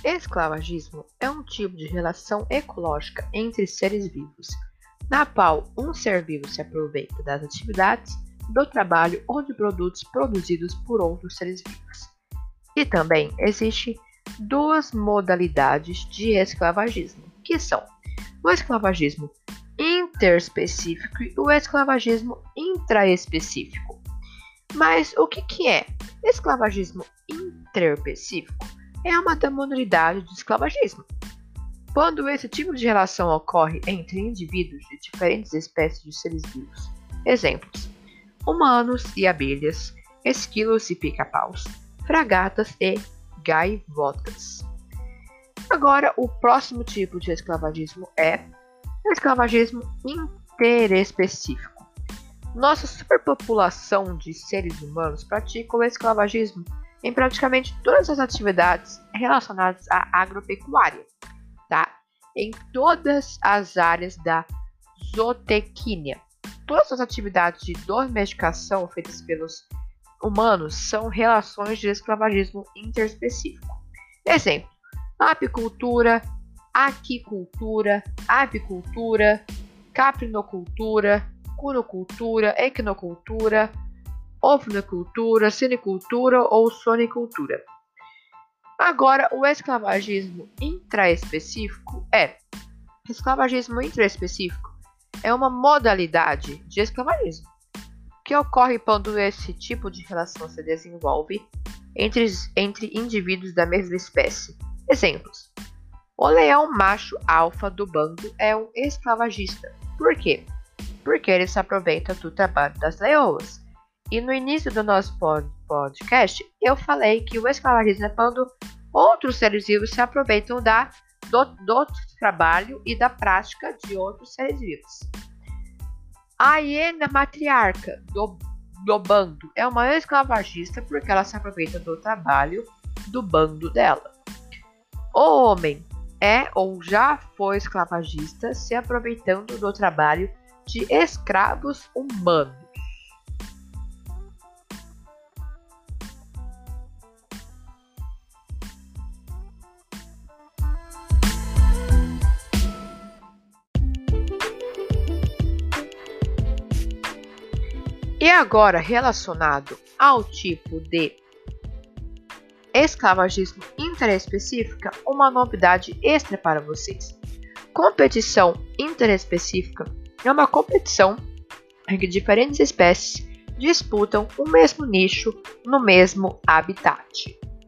Esclavagismo é um tipo de relação ecológica entre seres vivos, na qual um ser vivo se aproveita das atividades, do trabalho ou de produtos produzidos por outros seres vivos. E também existem duas modalidades de esclavagismo, que são o esclavagismo interespecífico e o esclavagismo intraespecífico. Mas o que é? Esclavagismo interespecífico é uma da modalidade de esclavagismo. Quando esse tipo de relação ocorre entre indivíduos de diferentes espécies de seres vivos. Exemplos: humanos e abelhas, esquilos e pica-paus, fragatas e gaivotas. Agora, o próximo tipo de esclavagismo é o esclavagismo interespecífico. Nossa superpopulação de seres humanos pratica o esclavagismo em praticamente todas as atividades relacionadas à agropecuária, tá? Em todas as áreas da zootecnia. Todas as atividades de domesticação feitas pelos humanos são relações de esclavagismo interespecífico. Exemplo: apicultura, aquicultura, avicultura, caprinocultura, cunicultura, equinocultura, ovinocultura, sinicultura ou sonicultura. Agora, o esclavagismo intraespecífico esclavagismo intraespecífico é uma modalidade de esclavagismo que ocorre quando esse tipo de relação se desenvolve entre indivíduos da mesma espécie. Exemplos: o leão macho alfa do bando é um esclavagista. Por quê? Porque ele se aproveita do trabalho das leoas. E no início do nosso podcast, eu falei que o esclavagismo é quando outros seres vivos se aproveitam do trabalho e da prática de outros seres vivos. A hiena matriarca do bando é uma esclavagista porque ela se aproveita do trabalho do bando dela. O homem é ou já foi esclavagista se aproveitando do trabalho de escravos humanos. E agora, relacionado ao tipo de esclavagismo interespecífica, uma novidade extra para vocês. Competição interespecífica é uma competição em que diferentes espécies disputam o mesmo nicho no mesmo habitat.